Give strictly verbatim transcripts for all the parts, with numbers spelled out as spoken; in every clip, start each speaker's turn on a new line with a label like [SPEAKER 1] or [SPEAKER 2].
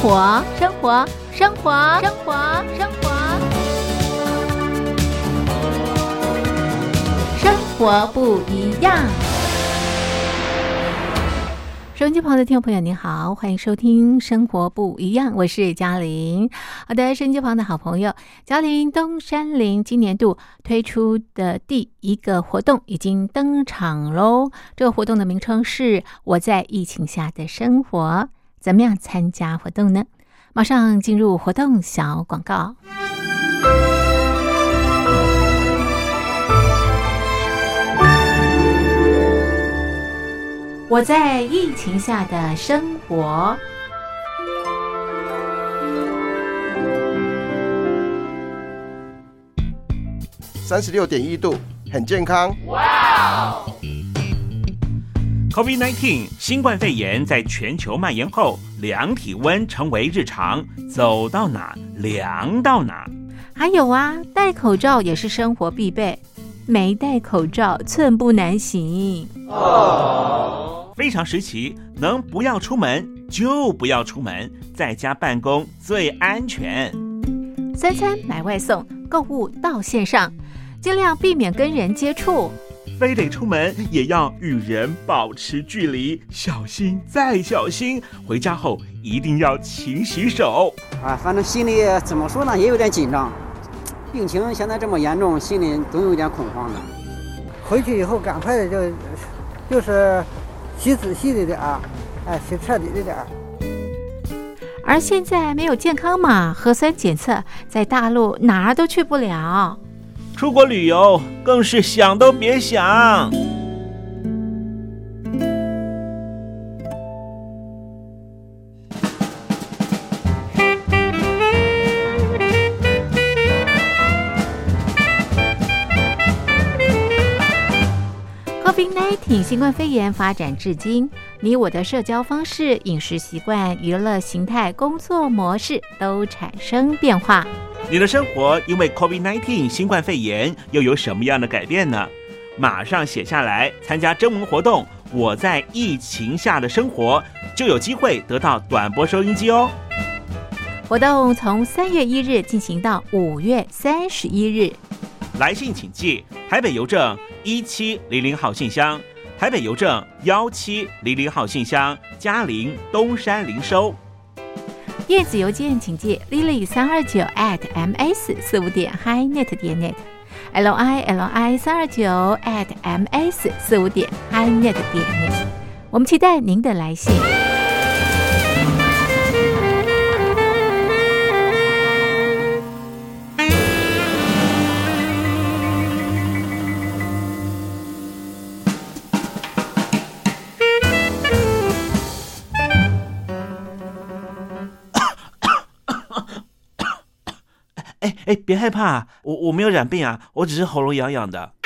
[SPEAKER 1] 活，生活，生活，生活，生活，生活不一样。收音机旁的听众朋友您好，欢迎收听生活不一样，我是嘉玲。好的，收音机旁的好朋友，嘉玲东山林今年度推出的第一个活动已经登场咯，这个活动的名称是我在疫情下的生活。怎么样参加活动呢？马上进入活动小广告。我在疫情下的生活。
[SPEAKER 2] 三十六点一度，很健康。
[SPEAKER 3] 哇！COVID 十九 新冠肺炎在全球蔓延后，量体温成为日常，走到哪量到哪。
[SPEAKER 1] 还有啊，戴口罩也是生活必备，没戴口罩寸步难行。
[SPEAKER 3] 哦。非常时期，能不要出门就不要出门，在家办公最安全。
[SPEAKER 1] 三餐买外送，购物到线上，尽量避免跟人接触。
[SPEAKER 3] 非得出门也要与人保持距离，小心再小心。回家后一定要勤洗手。
[SPEAKER 4] 啊，反正心里怎么说呢，也有点紧张。病情现在这么严重，心里总有点恐慌的。
[SPEAKER 5] 回去以后赶快就就是洗仔细的点儿，哎，洗彻底的点儿。
[SPEAKER 1] 而现在没有健康码、核酸检测，在大陆哪儿都去不了。
[SPEAKER 3] 出国旅游更是想都别想。
[SPEAKER 1] COVID 十九 新冠肺炎发展至今，你我的社交方式、饮食习惯、娱乐形态、工作模式都产生变化。
[SPEAKER 3] 你的生活因为 COVID 十九 新冠肺炎又有什么样的改变呢？马上写下来，参加征文活动，我在疫情下的生活，就有机会得到短波收音机哦。
[SPEAKER 1] 活动从三月一日进行到五月三十一日。
[SPEAKER 3] 来信请寄台北邮政一七零零号信箱，台北邮政幺七零零号信箱，嘉陵东山零收。
[SPEAKER 1] 电子邮件请寄 lily 三二九 at ms 四五点 highnet 点 net l i l i 三二九 at ms 四五点 highnet 点 net。我们期待您的来信。
[SPEAKER 3] 哎哎，别害怕，我我没有染病啊，我只是喉咙痒痒的。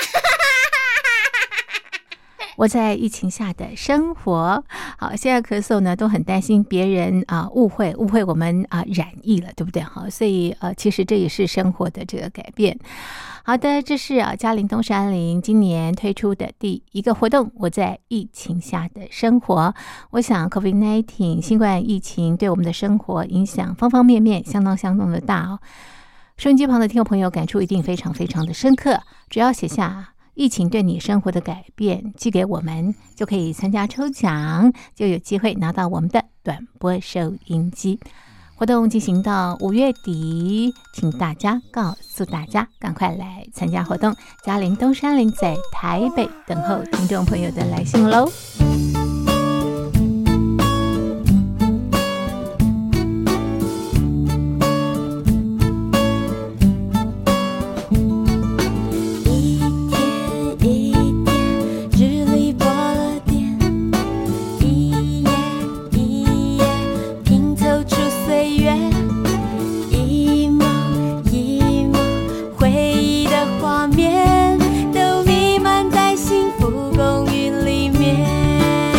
[SPEAKER 1] 我在疫情下的生活，好，现在咳嗽呢，都很担心别人啊、呃、误会误会我们啊、呃、染疫了，对不对？好，所以呃，其实这也是生活的这个改变。好的，这是啊嘉陵东山林今年推出的第一个活动，我在疫情下的生活。我想 COVID 十九 新冠疫情对我们的生活影响方方面面，相当相当的大哦。收音机旁的听众朋友感触一定非常非常的深刻，只要写下疫情对你生活的改变寄给我们，就可以参加抽奖，就有机会拿到我们的短波收音机。活动进行到五月底，请大家告诉大家赶快来参加活动。嘉陵东山林在台北等候听众朋友的来信喽。
[SPEAKER 6] 画面都弥漫在幸福公寓里面。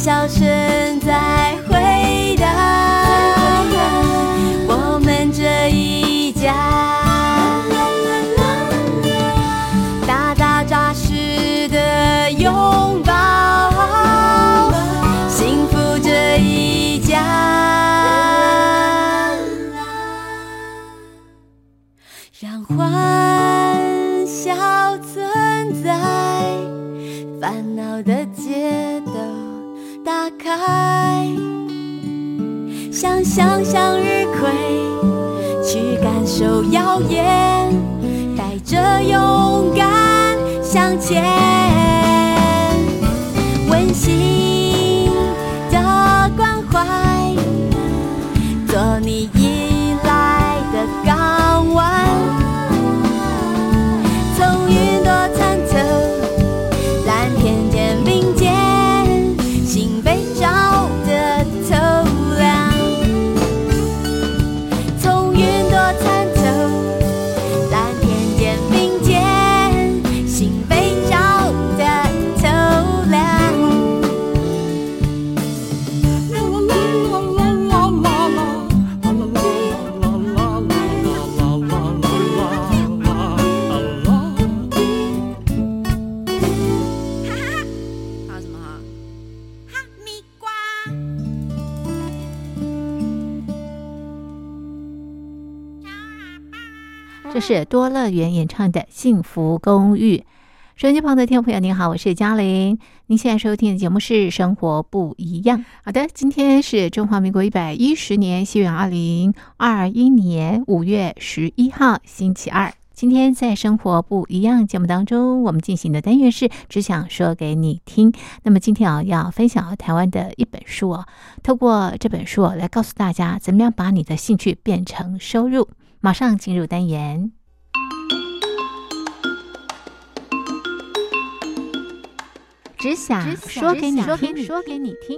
[SPEAKER 6] 笑声在回答，我们这一家大大扎实的拥抱，幸福这一家，让欢笑存在，烦恼的街都打开，想象向日葵，去感受耀眼，带着勇敢向前，温馨的关怀，做你依赖的港湾，从云朵参透蓝天间并肩，心被照得透亮，从云朵参透蓝天间并肩，心被照得透亮。哈什么哈？哈密瓜。
[SPEAKER 1] 这是多乐园演唱的《幸福公寓》。收音机旁的听众朋友您好，我是嘉玲，您现在收听的节目是《生活不一样》。好的，今天是中华民国一百一十年西元二零二一年五月十一号星期二。今天在《生活不一样》节目当中，我们进行的单元是只想说给你听。那么今天啊，要分享台湾的一本书哦，透过这本书哦，来告诉大家怎么样把你的兴趣变成收入。马上进入单元。只想说给你听，说给你听。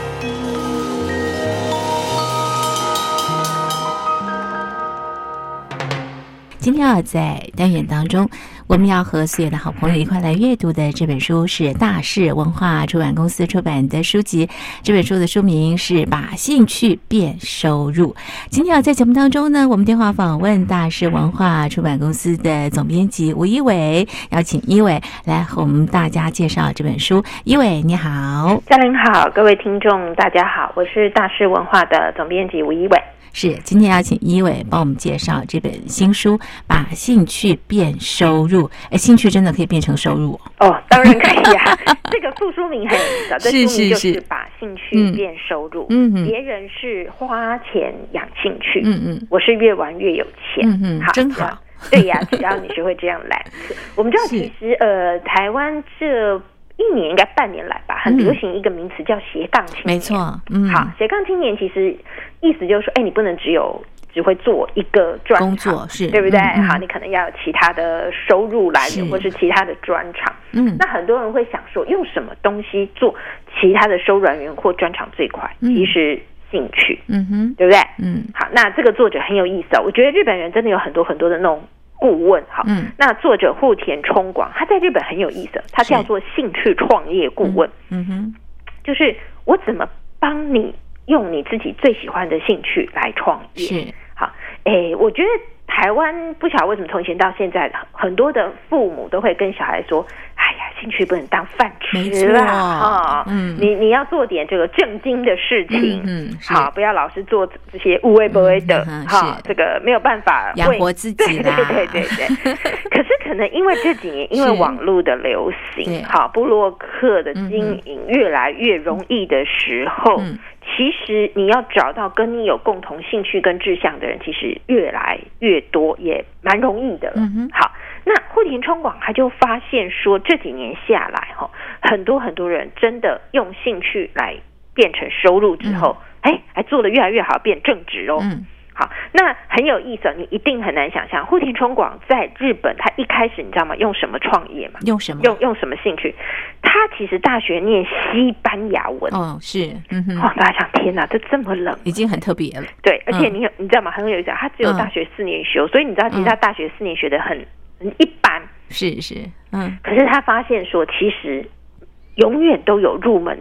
[SPEAKER 1] 今天啊，在单元当中，我们要和所有的好朋友一块来阅读的这本书是大是文化出版公司出版的书籍。这本书的书名是《把兴趣变收入》。今天啊，在节目当中呢，我们电话访问大是文化出版公司的总编辑吴一伟，邀请一伟来和我们大家介绍这本书。一伟你好。
[SPEAKER 7] 嘉玲好，各位听众大家好，我是大是文化的总编辑吴一伟。
[SPEAKER 1] 是，今天要请一伟帮我们介绍这本新书《把兴趣变收入》。哎，兴趣真的可以变成收入
[SPEAKER 7] 哦？哦，当然可以啊。这个副书名很小，这书名就是把兴趣变收入。嗯嗯，别人是花钱养兴趣，嗯嗯，我是越玩越有钱。嗯嗯，好，
[SPEAKER 1] 真好。
[SPEAKER 7] 对呀、啊，只要你学会这样来。我们知道，其实呃，台湾这一年应该半年来吧，很流行一个名词叫斜杠青年。
[SPEAKER 1] 没错，嗯，
[SPEAKER 7] 好，斜杠青年其实意思就是说，哎，你不能只有只会做一个专
[SPEAKER 1] 工作，是
[SPEAKER 7] 对不对？
[SPEAKER 1] 嗯嗯
[SPEAKER 7] 好，你可能要有其他的收入来源，或是其他的专长。嗯，那很多人会想说，用什么东西做其他的收入来源或专长最快？嗯、其实兴趣，嗯哼，对不对？嗯，好，那这个作者很有意思哦，我觉得日本人真的有很多很多的那种顾问。好，嗯，那作者户田充广，他在日本很有意思，他叫做兴趣创业顾问。嗯哼，就是我怎么帮你用你自己最喜欢的兴趣来创业。是，好，诶，我觉得台湾不晓得为什么从前到现在，很多的父母都会跟小孩说：“哎呀，兴趣不能当饭吃啦，哈、哦，嗯，你你要做点这个正经的事情，嗯，嗯好，不要老是做这些无为不为的，哈、嗯，这个没有办法
[SPEAKER 1] 养活自己啦，
[SPEAKER 7] 对对对对对。可是可能因为这几年因为网络的流行，好，部落客的经营越来越容易的时候。嗯其实你要找到跟你有共同兴趣跟志向的人，其实越来越多，也蛮容易的了。嗯、好，那户田充广他就发现说，这几年下来，很多很多人真的用兴趣来变成收入之后，哎、嗯，还做得越来越好，变正职哦。嗯好，那很有意思，你一定很难想象，户田充广在日本，他一开始你知道吗？用什么创业吗？
[SPEAKER 1] 用什么？
[SPEAKER 7] 用用什么兴趣？他其实大学念西班牙文。
[SPEAKER 1] 哦，是，嗯哼，
[SPEAKER 7] 哦，大家想，天哪，这这么冷，
[SPEAKER 1] 已经很特别了。
[SPEAKER 7] 对，而且你有、嗯、你知道吗？很有意思，他只有大学四年修，嗯、所以你知道，其实他大学四年学的很、嗯、一般。
[SPEAKER 1] 是是，嗯。
[SPEAKER 7] 可是他发现说，其实永远都有入门者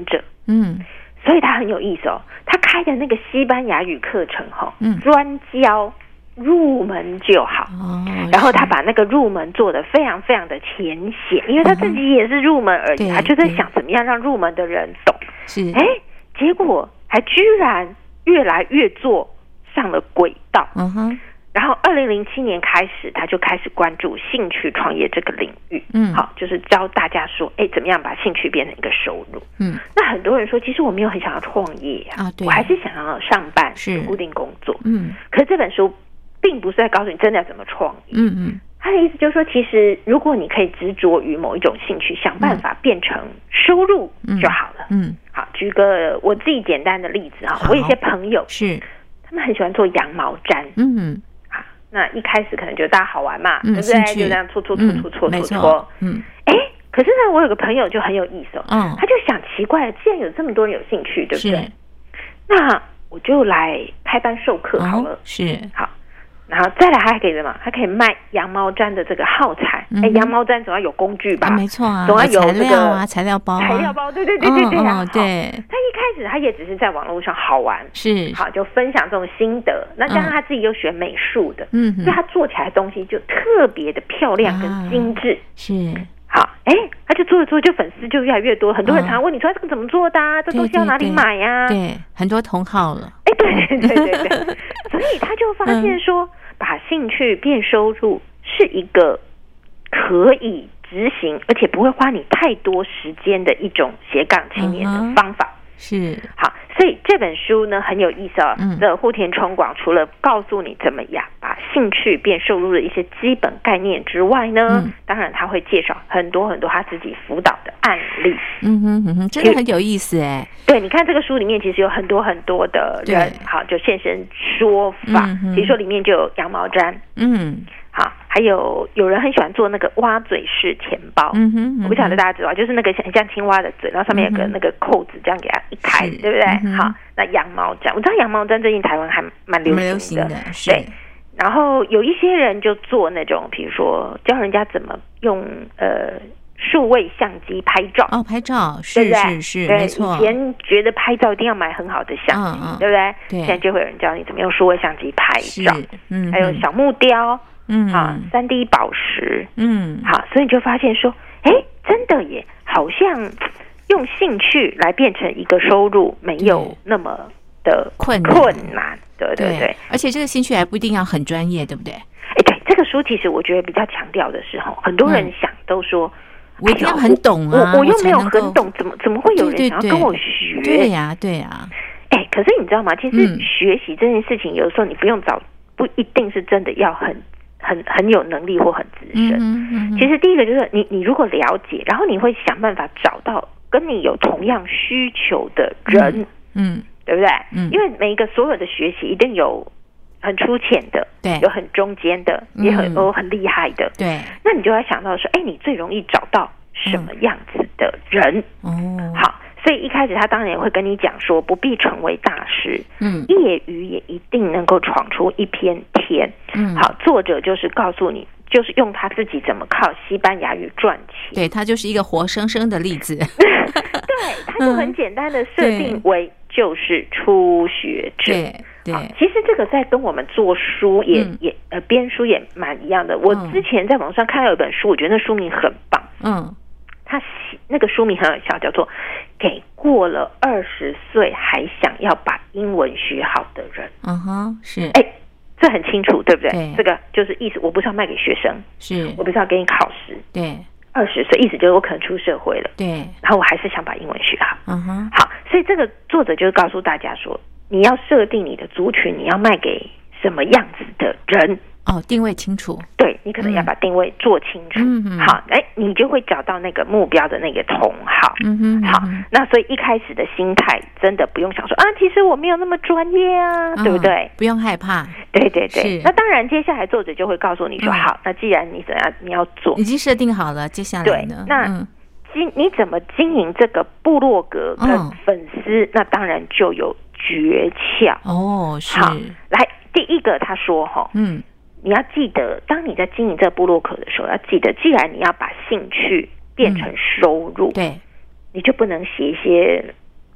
[SPEAKER 1] 嗯，
[SPEAKER 7] 所以他很有意思哦。他开的那个西班牙语课程哈、哦，
[SPEAKER 1] 嗯，
[SPEAKER 7] 专教入门就好。
[SPEAKER 1] 哦，
[SPEAKER 7] 然后他把那个入门做得非常非常的浅显，因为他自己也是入门而已，他就在想怎么样让入门的人懂。
[SPEAKER 1] 是，
[SPEAKER 7] 哎，结果还居然越来越做上了轨道。
[SPEAKER 1] 嗯哼。
[SPEAKER 7] 然后，二零零七年开始，他就开始关注兴趣创业这个领域。
[SPEAKER 1] 嗯，
[SPEAKER 7] 好，就是教大家说，哎，怎么样把兴趣变成一个收入？
[SPEAKER 1] 嗯，
[SPEAKER 7] 那很多人说，其实我没有很想要创业啊，
[SPEAKER 1] 啊对，
[SPEAKER 7] 我还是想要上班，
[SPEAKER 1] 是
[SPEAKER 7] 固定工作。
[SPEAKER 1] 嗯，
[SPEAKER 7] 可是这本书并不是在告诉你真的要怎么创业。
[SPEAKER 1] 嗯嗯，
[SPEAKER 7] 他的意思就是说，其实如果你可以执着于某一种兴趣，想办法变成收入就好了。
[SPEAKER 1] 嗯，嗯
[SPEAKER 7] 好，举个我自己简单的例子哈，我有一些朋友
[SPEAKER 1] 是，
[SPEAKER 7] 他们很喜欢做羊毛毡。
[SPEAKER 1] 嗯。
[SPEAKER 7] 那一开始可能觉得大家好玩嘛，
[SPEAKER 1] 嗯、
[SPEAKER 7] 对不对？就这样搓搓搓搓搓搓搓。
[SPEAKER 1] 嗯，
[SPEAKER 7] 哎，可是呢，我有个朋友就很有意思哦，
[SPEAKER 1] 嗯，
[SPEAKER 7] 他就想奇怪了，既然有这么多人有兴趣，对不对？
[SPEAKER 1] 是，
[SPEAKER 7] 那我就来开班授课好了。
[SPEAKER 1] 哦、是，
[SPEAKER 7] 好，然后再来还可以什么？还可以卖羊毛毡的这个耗材。哎、嗯，羊毛毡总要有工具吧？
[SPEAKER 1] 啊、没错啊，
[SPEAKER 7] 总要有这个
[SPEAKER 1] 材料啊，材料包、啊，
[SPEAKER 7] 材料包，对对对对对啊，
[SPEAKER 1] 嗯嗯、对。
[SPEAKER 7] 他一开始他也只是在网络上好玩，
[SPEAKER 1] 是
[SPEAKER 7] 好就分享这种心得。那加上他自己又学美术的，
[SPEAKER 1] 嗯，
[SPEAKER 7] 所以他做起来的东西就特别的漂亮跟精致。
[SPEAKER 1] 啊、是
[SPEAKER 7] 好，哎，他就做着做着，就粉丝就越来越多。很多人常问你说、啊、这个怎么做的啊？这东西要哪里买呀、啊？
[SPEAKER 1] 对，很多同好了。
[SPEAKER 7] 哎，对对对对对，所以他就发现说，嗯、把兴趣变收入是一个可以执行，而且不会花你太多时间的一种斜杠青年的方法。
[SPEAKER 1] 嗯、是
[SPEAKER 7] 好，所以这本书呢很有意思哦。
[SPEAKER 1] 嗯，
[SPEAKER 7] 这户田充广除了告诉你怎么样把兴趣变收入的一些基本概念之外呢，嗯、当然他会介绍很多很多他自己辅导的案例。
[SPEAKER 1] 嗯哼嗯哼，真的很有意思哎。
[SPEAKER 7] 对，你看这个书里面其实有很多很多的人，好就现身说法。
[SPEAKER 1] 嗯、
[SPEAKER 7] 比如说里面就有羊毛毡，
[SPEAKER 1] 嗯。
[SPEAKER 7] 好，还有有人很喜欢做那个挖嘴式钱包，
[SPEAKER 1] 嗯哼，嗯哼
[SPEAKER 7] 我不晓得大家知道，就是那个很像青蛙的嘴，然后上面有个那个扣子，这样给它一开，对不对？
[SPEAKER 1] 嗯、
[SPEAKER 7] 好，那羊毛毡，我知道羊毛毡最近台湾还蛮流行的，
[SPEAKER 1] 流行的
[SPEAKER 7] 对。然后有一些人就做那种，比如说教人家怎么用呃数位相机拍照，
[SPEAKER 1] 哦，拍照是是是，
[SPEAKER 7] 对，
[SPEAKER 1] 没错。
[SPEAKER 7] 以前觉得拍照一定要买很好的相机，
[SPEAKER 1] 嗯嗯、
[SPEAKER 7] 对不对？
[SPEAKER 1] 对。
[SPEAKER 7] 现在就会有人教你怎么用数位相机拍照，
[SPEAKER 1] 嗯，
[SPEAKER 7] 还有小木雕。
[SPEAKER 1] 嗯
[SPEAKER 7] 啊，三 D 宝石，
[SPEAKER 1] 嗯，
[SPEAKER 7] 好，所以你就发现说，哎，真的耶，好像用兴趣来变成一个收入，没有那么的
[SPEAKER 1] 困
[SPEAKER 7] 难，困难，对对 对, 对。
[SPEAKER 1] 而且这个兴趣还不一定要很专业，对不对？
[SPEAKER 7] 哎，对，这个书其实我觉得比较强调的是，哈，很多人想都说，
[SPEAKER 1] 嗯、我一定要很懂啊，
[SPEAKER 7] 我我又没有很懂，怎么怎么会有人想要跟我学？
[SPEAKER 1] 对呀，对呀。
[SPEAKER 7] 哎，可是你知道吗？其实学习这件事情，有的时候你不用找，不一定是真的要很。很很有能力或很资深、
[SPEAKER 1] 嗯嗯、
[SPEAKER 7] 其实第一个就是你你如果了解，然后你会想办法找到跟你有同样需求的人，
[SPEAKER 1] 嗯，嗯
[SPEAKER 7] 对不对？
[SPEAKER 1] 嗯，
[SPEAKER 7] 因为每一个所有的学习一定有很粗浅的，
[SPEAKER 1] 对，
[SPEAKER 7] 有很中间的，也很有很厉害的，
[SPEAKER 1] 对。
[SPEAKER 7] 那你就要想到说，哎，你最容易找到什么样子的人？
[SPEAKER 1] 哦、嗯，
[SPEAKER 7] 好。所以一开始他当然也会跟你讲说，不必成为大师，
[SPEAKER 1] 嗯，
[SPEAKER 7] 业余也一定能够闯出一片天。
[SPEAKER 1] 嗯，
[SPEAKER 7] 好，作者就是告诉你，就是用他自己怎么靠西班牙语赚钱。
[SPEAKER 1] 对，他就是一个活生生的例子。
[SPEAKER 7] 对，他就很简单的设定为就是初学者。
[SPEAKER 1] 对对，
[SPEAKER 7] 其实这个在跟我们做书也、
[SPEAKER 1] 嗯、
[SPEAKER 7] 也呃编书也蛮一样的。我之前在网上看到有一本书，我觉得那书名很棒。
[SPEAKER 1] 嗯。
[SPEAKER 7] 他那个书名很有效，叫做《给过了二十岁还想要把英文学好的人》。
[SPEAKER 1] 嗯哼，是。
[SPEAKER 7] 哎，这很清楚，对不对？
[SPEAKER 1] 对，
[SPEAKER 7] 这个就是意思。我不是要卖给学生，
[SPEAKER 1] 是
[SPEAKER 7] 我不是要给你考试。
[SPEAKER 1] 对，
[SPEAKER 7] 二十岁意思就是我可能出社会了，
[SPEAKER 1] 对，
[SPEAKER 7] 然后我还是想把英文学好。
[SPEAKER 1] 嗯哼，
[SPEAKER 7] 好，所以这个作者就是告诉大家说，你要设定你的族群，你要卖给什么样子的人。
[SPEAKER 1] 哦，定位清楚，
[SPEAKER 7] 对，你可能要把定位做清楚。
[SPEAKER 1] 嗯，
[SPEAKER 7] 好，哎，你就会找到那个目标的那个同好。
[SPEAKER 1] 嗯哼，
[SPEAKER 7] 好，那所以一开始的心态真的不用想说啊，其实我没有那么专业啊，
[SPEAKER 1] 嗯、
[SPEAKER 7] 对不对？
[SPEAKER 1] 不用害怕。
[SPEAKER 7] 对对对。那当然，接下来作者就会告诉你说，嗯、好，那既然你怎样，你要做，
[SPEAKER 1] 已经设定好了，接下来呢？
[SPEAKER 7] 对，那。嗯经你怎么经营这个部落格跟粉丝、嗯？那当然就有诀窍
[SPEAKER 1] 哦。是，
[SPEAKER 7] 好，来第一个他说哈，
[SPEAKER 1] 嗯，
[SPEAKER 7] 你要记得，当你在经营这个部落格的时候，要记得，既然你要把兴趣变成收入，
[SPEAKER 1] 嗯、对，
[SPEAKER 7] 你就不能写一些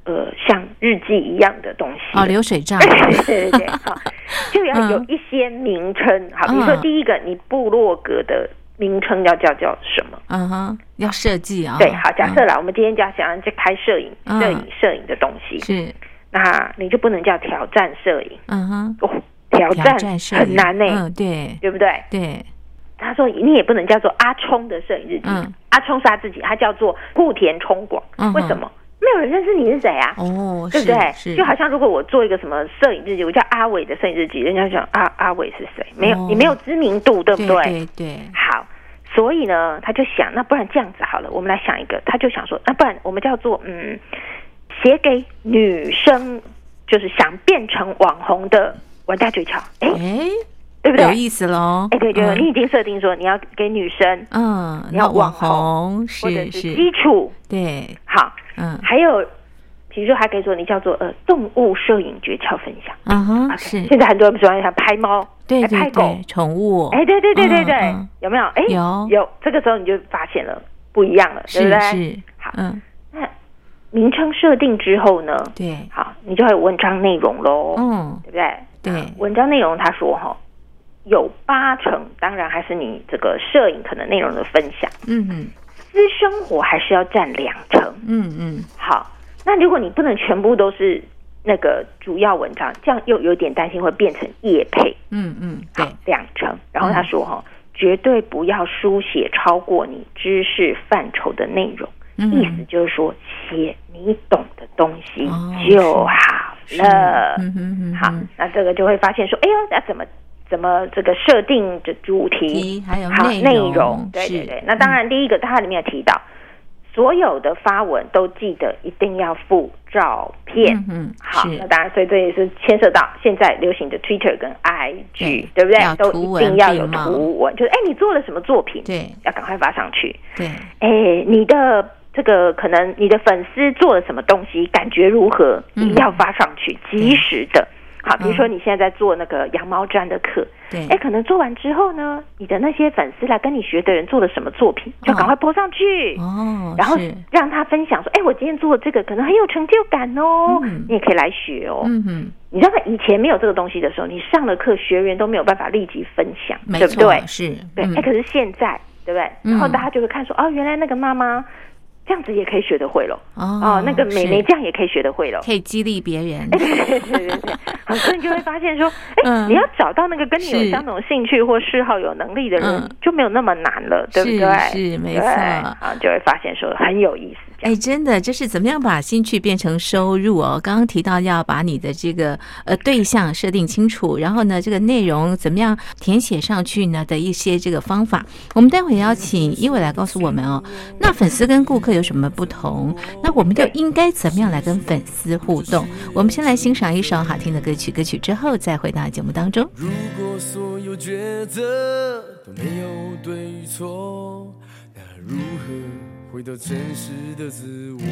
[SPEAKER 7] 呃像日记一样的东西
[SPEAKER 1] 哦，流水账，
[SPEAKER 7] 对对对，好，就要有一些名称，好，比如说第一个，你部落格的名称要叫叫什么？
[SPEAKER 1] 嗯哼，要设计啊。
[SPEAKER 7] 对，好，假设啦，我们今天就要想要去开摄影、摄影、摄影的东西，
[SPEAKER 1] 是，
[SPEAKER 7] 那你就不能叫挑战摄影，
[SPEAKER 1] 嗯哼，
[SPEAKER 7] 哦，挑战很难呢，
[SPEAKER 1] 嗯，对，
[SPEAKER 7] 对不对？
[SPEAKER 1] 对。
[SPEAKER 7] 他说你也不能叫做阿冲的摄影日记，嗯、阿冲是他自己，他叫做户田冲广，嗯、为什么？没有人认识你是谁啊？哦，对不对？就好像如果我做一个什么摄影日记，我叫阿伟的摄影日记，人家讲阿阿伟是谁？没有，哦、你没有知名度，对不对？
[SPEAKER 1] 对对对。
[SPEAKER 7] 好，所以呢，他就想，那不然这样子好了，我们来想一个，他就想说，那不然我们叫做嗯，写给女生，就是想变成网红的玩大诀窍，哎。对不对？
[SPEAKER 1] 有意思喽！
[SPEAKER 7] 哎，对对，嗯、你已经设定说你要给女生，
[SPEAKER 1] 嗯，
[SPEAKER 7] 你要网
[SPEAKER 1] 红，
[SPEAKER 7] 或者是基础，
[SPEAKER 1] 对，
[SPEAKER 7] 好，嗯，还有，比如说还可以说你叫做呃动物摄影诀窍分享，
[SPEAKER 1] 嗯哼，
[SPEAKER 7] okay,
[SPEAKER 1] 是。
[SPEAKER 7] 现在很多人喜欢想拍猫，
[SPEAKER 1] 对对
[SPEAKER 7] 拍狗，
[SPEAKER 1] 宠物，
[SPEAKER 7] 哎，对对对对对，
[SPEAKER 1] 嗯嗯、
[SPEAKER 7] 有没有？哎，
[SPEAKER 1] 有
[SPEAKER 7] 有，这个时候你就发现了不一样了，对不对？
[SPEAKER 1] 是，
[SPEAKER 7] 好，嗯，那名称设定之后呢？
[SPEAKER 1] 对，
[SPEAKER 7] 好，你就会有文章内容喽，
[SPEAKER 1] 嗯，
[SPEAKER 7] 对不对？
[SPEAKER 1] 对，
[SPEAKER 7] 文章内容他说哈。有八成，当然还是你这个摄影可能内容的分享，嗯嗯，私生活还是要占两成，嗯嗯，好，那如果你不能全部都是那个主要文章，这样又有点担心会变成业配，嗯嗯，对，两成，然后他说哈、哦，嗯、绝对不要书写超过你知识范畴的内容，嗯、意思就是说写你懂的东西就好了，嗯哼，好，那这个就会发现说，哎呦，那怎么？怎么这个设定的主题
[SPEAKER 1] 还有
[SPEAKER 7] 内容，内容对对对。那当然，第一个它里面有提到，嗯、所有的发文都记得一定要附照片。嗯嗯，好，那当然，所以这也是牵涉到现在流行的 Twitter 跟 I G， 对不对？都一定要有图文，就是哎，你做了什么作品？对，要赶快发上去。对，哎，你的这个可能你的粉丝做了什么东西，感觉如何？嗯、要发上去，及时的。好，比如说你现在在做那个羊毛毡的课，对，哎，可能做完之后呢，你的那些粉丝来跟你学的人做了什么作品，就赶快 po 上去，哦，然后让他分享说，哎，我今天做的这个可能很有成就感哦，嗯、你也可以来学哦，嗯哼，你知道以前没有这个东西的时候，你上了课，学员都没有办法立即分享，对不对？
[SPEAKER 1] 是，
[SPEAKER 7] 对，哎、嗯，可是现在，对不对？然后大家就会看说，哦，原来那个妈妈。这样子也可以学得会了 哦, 哦，那个美眉这样也可以学得会了，
[SPEAKER 1] 可以激励别人。
[SPEAKER 7] 对对对对对，很多人就会发现说，哎、嗯，你要找到那个跟你有相同兴趣或嗜好、有能力的人，嗯、就没有那么难了，对不对？
[SPEAKER 1] 是, 是没错，
[SPEAKER 7] 啊，就会发现说很有意思。
[SPEAKER 1] 哎，真的，这是怎么样把兴趣变成收入哦？刚刚提到要把你的这个呃对象设定清楚，然后呢，这个内容怎么样填写上去呢的一些这个方法，我们待会要请一伟来告诉我们哦。那粉丝跟顾客有什么不同？那我们又应该怎么样来跟粉丝互动？我们先来欣赏一首好听的歌曲，歌曲之后再回到节目当中。
[SPEAKER 8] 如果所有抉择都没有对与错，那如何回到真实的自我？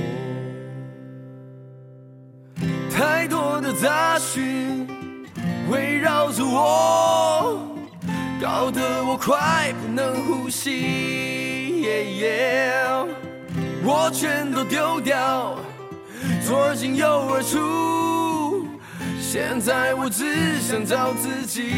[SPEAKER 8] 太多的杂讯围绕着我，搞得我快不能呼吸、yeah, yeah 我全都丢掉，左进右而出，现在我只想找自己。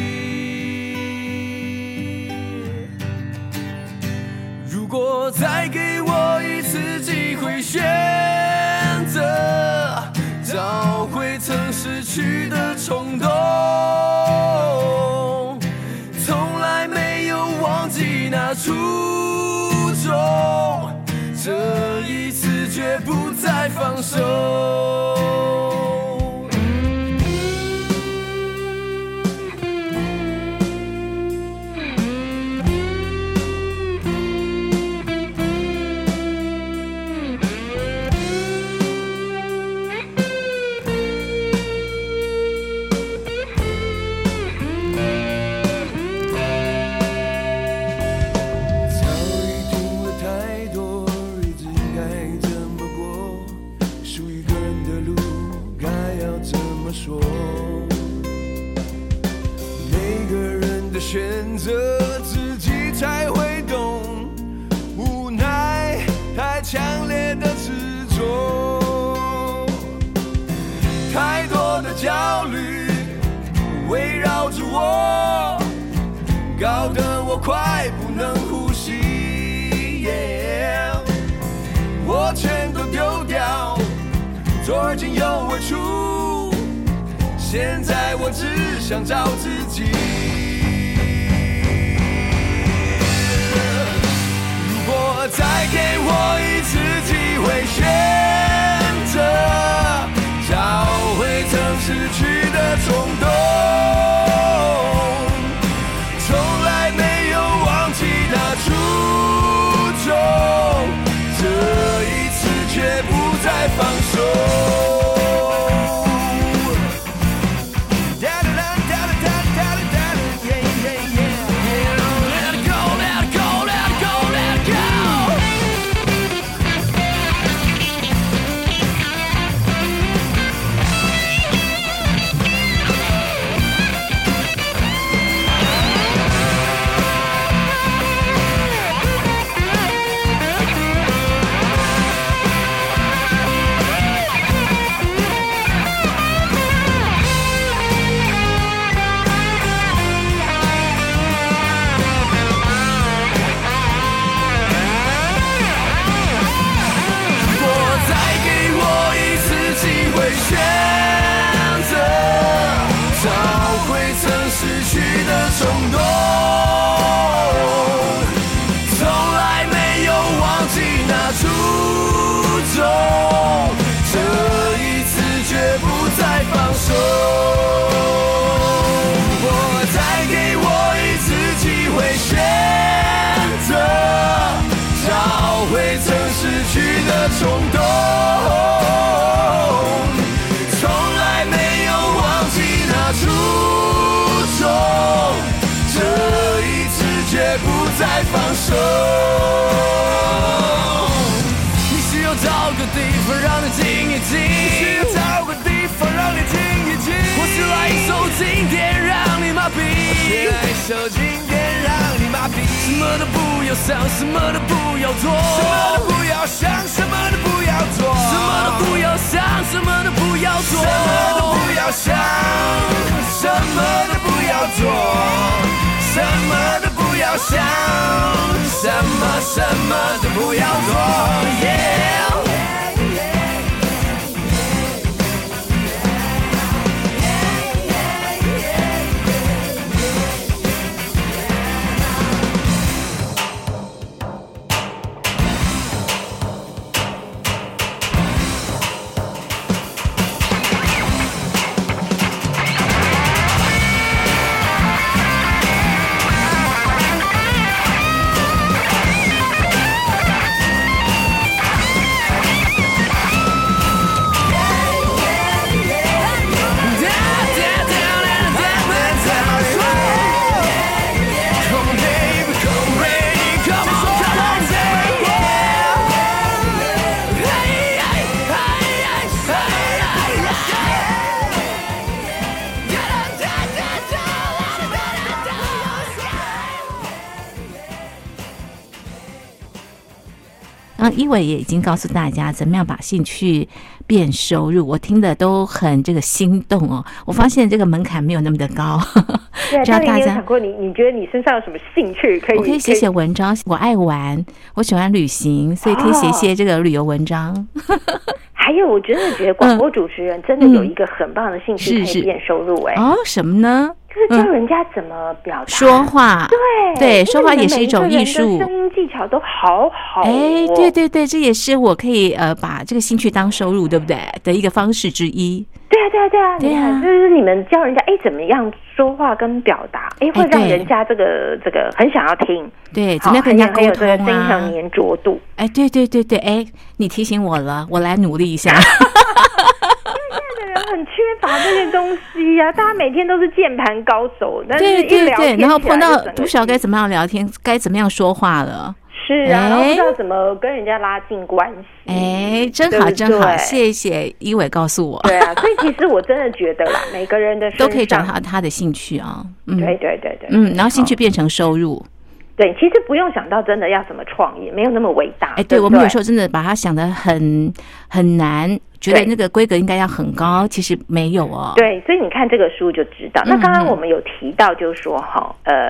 [SPEAKER 8] 如果再给我一次机会选择，找回曾失去的冲动，从来没有忘记那初衷，这一次绝不再放手。 快不能呼吸、yeah、我全都丢掉，左进右而出，现在我只想找自己。如果再给我一次机会选择，找回曾失去的冲动，从来没有忘记那初衷，这一次却不再放手。冲动，从来没有忘记那初衷，这一次绝不再放手。你需要找个地方让你静一静，你需要找个地方让你静一静。或是来一首经典让你麻痹，来一首经典让你麻痹。什么都不要想，什么都不要做，什么都不要想，什么都不要做，什么都不要想，什么都不要做，什么都不要想，什么都不要做，什么都不要想，什么什么都不要做。Yeah。
[SPEAKER 1] 一伟也已经告诉大家怎么样把兴趣变收入，我听的都很这个心动哦。我发现这个门槛没有那么的高。
[SPEAKER 7] 对，大家你有想过你你觉得你身上有什么兴趣可以？
[SPEAKER 1] 我可以写写文章，我爱玩，我喜欢旅行，所以可以写写这个旅游文章。哦
[SPEAKER 7] 还有，我真的觉得广播主持人真的有一个很棒的兴趣可以变收入哎、欸
[SPEAKER 1] 嗯。哦，什么呢？
[SPEAKER 7] 就是教人家怎么表达、嗯、
[SPEAKER 1] 说话。
[SPEAKER 7] 对
[SPEAKER 1] 对，说话也是一种艺术。
[SPEAKER 7] 声音技巧都好好、哦。
[SPEAKER 1] 哎，对对对，这也是我可以呃把这个兴趣当收入，对不对？的一个方式之一。
[SPEAKER 7] 对啊，对啊，对啊，对啊，就是你们教人家哎怎么样说话跟表达，哎会让人家这个这个很想要听。
[SPEAKER 1] 对，怎么样跟人家沟通啊？
[SPEAKER 7] 很有这个声音很有粘着度。
[SPEAKER 1] 哎，对对对对，哎，你提醒我了，我来努力一下。
[SPEAKER 7] 很缺乏这些东西呀、啊，大家每天都是键盘高手，但是一聊天
[SPEAKER 1] 对对对，然后碰到不晓得该怎么样聊天，该怎么样说话了。
[SPEAKER 7] 是啊，然后不知道怎么跟人家拉近关系。
[SPEAKER 1] 哎，真好真好，谢谢一伟告诉我。
[SPEAKER 7] 对啊，所以其实我真的觉得啦，每个人的
[SPEAKER 1] 都可以找到他的兴趣啊。
[SPEAKER 7] 嗯，对对对对，
[SPEAKER 1] 嗯，然后兴趣变成收入。
[SPEAKER 7] 对，其实不用想到真的要什么创业，没有那么伟大。
[SPEAKER 1] 哎，对，我们有时候真的把它想得很很难，觉得那个规格应该要很高，其实没有哦。
[SPEAKER 7] 对，所以你看这个书就知道。那刚刚我们有提到，就是说哈，呃。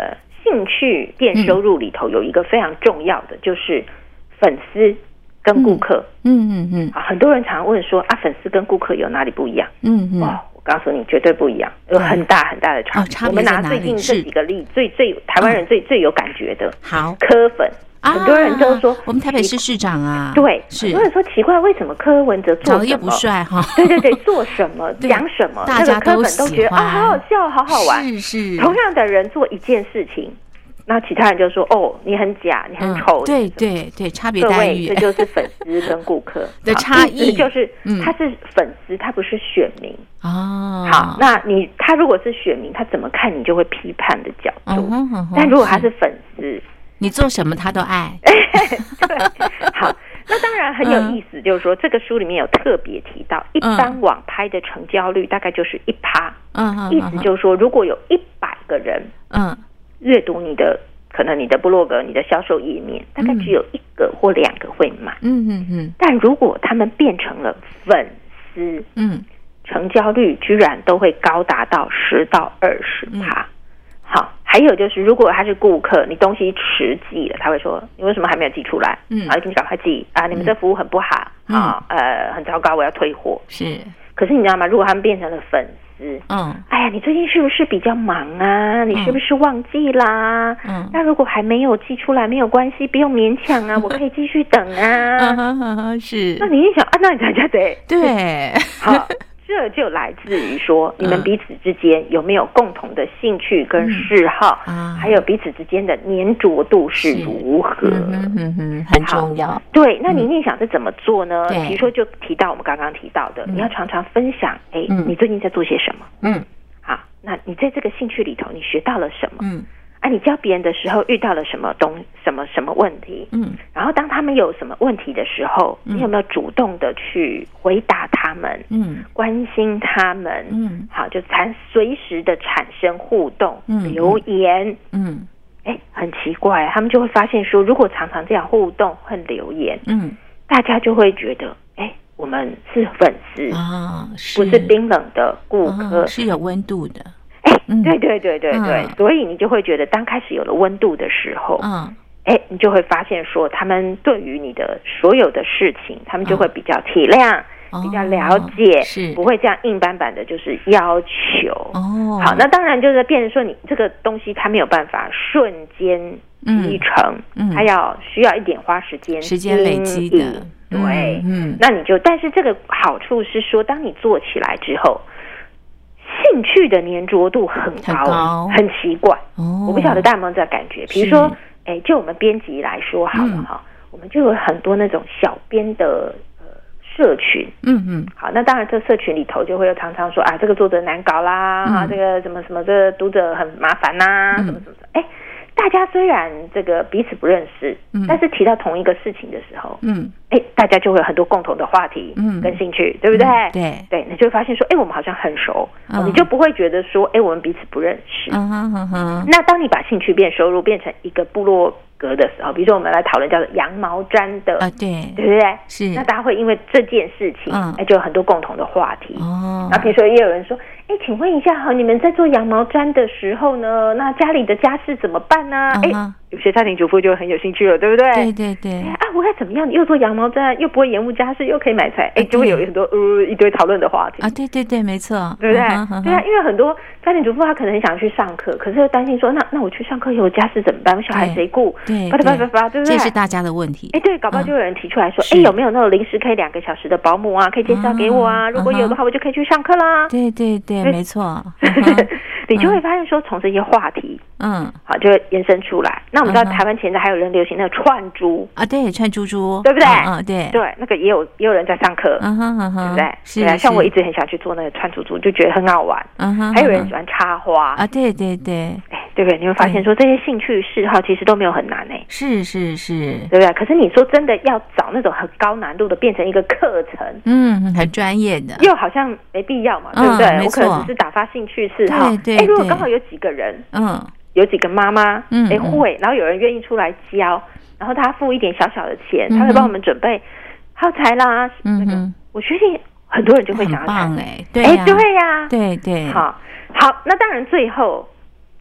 [SPEAKER 7] 兴趣变收入里头有一个非常重要的，就是粉丝跟顾客。
[SPEAKER 1] 嗯嗯嗯。
[SPEAKER 7] 啊，很多人常问说啊，粉丝跟顾客有哪里不一样？嗯嗯。哦，我告诉你，绝对不一样，有很大很大的差别。
[SPEAKER 1] 哦，差
[SPEAKER 7] 我们拿最近这几个例，最最台湾人最、嗯、最有感觉的，
[SPEAKER 1] 好，
[SPEAKER 7] 柯粉。很多人都说、啊、
[SPEAKER 1] 我们台北市市长啊，
[SPEAKER 7] 对，
[SPEAKER 1] 是
[SPEAKER 7] 很多人说奇怪，为什么柯文哲做什么
[SPEAKER 1] 长得又不帅哈？
[SPEAKER 7] 对对对，做什么讲什么，
[SPEAKER 1] 大家都喜欢，
[SPEAKER 7] 那个柯粉都觉得啊，好好笑，好好玩。
[SPEAKER 1] 是是，
[SPEAKER 7] 同样的人做一件事情，那其他人就说哦，你很假，你很丑。
[SPEAKER 1] 嗯、对对对，差别待遇，
[SPEAKER 7] 这就是粉丝跟顾客
[SPEAKER 1] 的差异，
[SPEAKER 7] 就是他是粉丝，他不是选民
[SPEAKER 1] 哦。
[SPEAKER 7] 好，那你他如果是选民，他怎么看你就会批判的角度。
[SPEAKER 1] 嗯嗯、
[SPEAKER 7] 但如果他是粉丝，
[SPEAKER 1] 你做什么他都爱。
[SPEAKER 7] 对，好，那当然很有意思，就是说、嗯、这个书里面有特别提到，一般网拍的成交率大概就是一趴，嗯，意思就是说，如果有一百个人，嗯，阅读你的可能你的部落格、你的销售页面，大概只有一个或两个会买，嗯嗯嗯，但如果他们变成了粉丝，嗯，成交率居然都会高达到十到二十趴。好，还有就是，如果他是顾客，你东西迟寄了，他会说你为什么还没有寄出来？嗯，啊，你赶快寄啊！你们这服务很不好、嗯、啊，呃，很糟糕，我要退货。
[SPEAKER 1] 是，
[SPEAKER 7] 可是你知道吗？如果他们变成了粉丝，嗯，哎呀，你最近是不是比较忙啊？你是不是忘记啦？嗯，那如果还没有寄出来，没有关系，不用勉强啊，我可以继续等啊。
[SPEAKER 1] 嗯哼哼哼，是。
[SPEAKER 7] 那你一想啊，那你大家得
[SPEAKER 1] 对，
[SPEAKER 7] 好。这就来自于说，你们彼此之间有没有共同的兴趣跟嗜好，嗯啊、还有彼此之间的粘着度是如何，
[SPEAKER 1] 嗯哼哼，很重要。
[SPEAKER 7] 对，那你念想是怎么做呢？嗯、比如说，就提到我们刚刚提到的，嗯、你要常常分享，哎、嗯，你最近在做些什么？嗯，好，那你在这个兴趣里头，你学到了什么？嗯。啊，你教别人的时候遇到了什么东什么什么问题？嗯，然后当他们有什么问题的时候，嗯、你有没有主动的去回答他们？嗯，关心他们？嗯，好，就产随时的产生互动，嗯，留言，嗯，哎，很奇怪，他们就会发现说，如果常常这样互动和留言，嗯，大家就会觉得，哎，我们是粉丝啊，不是冰冷的顾客，
[SPEAKER 1] 哦、是有温度的。
[SPEAKER 7] 嗯、对对对对对、嗯，所以你就会觉得，当开始有了温度的时候，嗯，哎，你就会发现说，他们对于你的所有的事情，他们就会比较体谅，嗯、比较了解，是不会这样硬板板的，就是要求。哦，好，那当然就是变成说，你这个东西它没有办法瞬间积成，嗯，它要需要一点花时间，
[SPEAKER 1] 时间累积的，
[SPEAKER 7] 对，嗯，那你就，但是这个好处是说，当你做起来之后。兴趣的粘着度很高，很, 高很奇怪、哦、我不晓得大家有没有这感觉。比如说，哎，就我们编辑来说好了哈、嗯，我们就有很多那种小编的呃社群，嗯嗯，好，那当然这社群里头就会有常常说啊，这个作者难搞啦，嗯、啊，这个什么什么，这个读者很麻烦呐、嗯，什么什么的，哎。大家虽然这个彼此不认识，嗯，但是提到同一个事情的时候，嗯，哎，大家就会有很多共同的话题，嗯，跟兴趣，对不对？
[SPEAKER 1] 嗯、对对，
[SPEAKER 7] 你就会发现说，哎，我们好像很熟，嗯、你就不会觉得说，哎，我们彼此不认识。嗯哼哼哼。那当你把兴趣变收入，变成一个部落格的时候，比如说我们来讨论叫做羊毛毡的，
[SPEAKER 1] 啊，对，
[SPEAKER 7] 对不对？
[SPEAKER 1] 是。
[SPEAKER 7] 那大家会因为这件事情，嗯，哎，就有很多共同的话题。
[SPEAKER 1] 哦。
[SPEAKER 7] 然后比如说也有人说，哎，请问一下哈，你们在做羊毛毡的时候呢，那家里的家事怎么办呢？哎、嗯。有些家庭主妇就很有兴趣了，对不对？
[SPEAKER 1] 对对对。
[SPEAKER 7] 啊，我要怎么样？又做羊毛毡，又不会延误家事，又可以买菜，哎，就会有很多呃一堆讨论的话题
[SPEAKER 1] 啊。对对对，没错，
[SPEAKER 7] 对不对？嗯、对啊，因为很多家庭主妇她可能很想去上课，可是又担心说，那那我去上课有家事怎么办？我小孩谁顾？
[SPEAKER 1] 对，
[SPEAKER 7] 叭叭叭叭，对不对？
[SPEAKER 1] 这是大家的问题。
[SPEAKER 7] 哎，对，搞不好就有人提出来说，哎、嗯，有没有那种临时可以两个小时的保姆啊？可以介绍给我啊？嗯、如果有的话，我就可以去上课啦。
[SPEAKER 1] 对对对，没错。
[SPEAKER 7] 你就会发现说，从这些话题，嗯，好，就会延伸出来。那我们知道，台湾前阵还有人流行那个串珠
[SPEAKER 1] 啊，对，串珠珠，
[SPEAKER 7] 对不对？
[SPEAKER 1] 嗯，对，
[SPEAKER 7] 对，那个也有也有人在上课，嗯哼嗯哼，对不对？
[SPEAKER 1] 是
[SPEAKER 7] 对啊，像我一直很想去做那个串珠珠，就觉得很好玩。嗯哼，还有人喜欢插花
[SPEAKER 1] 啊，对对对，
[SPEAKER 7] 哎，对不对？你会发现说，这些兴趣嗜好其实都没有很难哎，
[SPEAKER 1] 是是是，
[SPEAKER 7] 对不对？可是你说真的要找那种很高难度的，变成一个课程，
[SPEAKER 1] 嗯，很专业的，
[SPEAKER 7] 又好像没必要嘛，对不对？我可能只是打发兴趣嗜好，
[SPEAKER 1] 对对。
[SPEAKER 7] 哎，如果刚好有几个人，嗯，有几个妈妈，嗯，哎会，然后有人愿意出来教，然后他付一点小小的钱，他会帮我们准备耗材啦，嗯哼，我相信很多人就会想要参与，
[SPEAKER 1] 哎，对
[SPEAKER 7] 哎，对呀，
[SPEAKER 1] 对对，
[SPEAKER 7] 好，好，那当然最后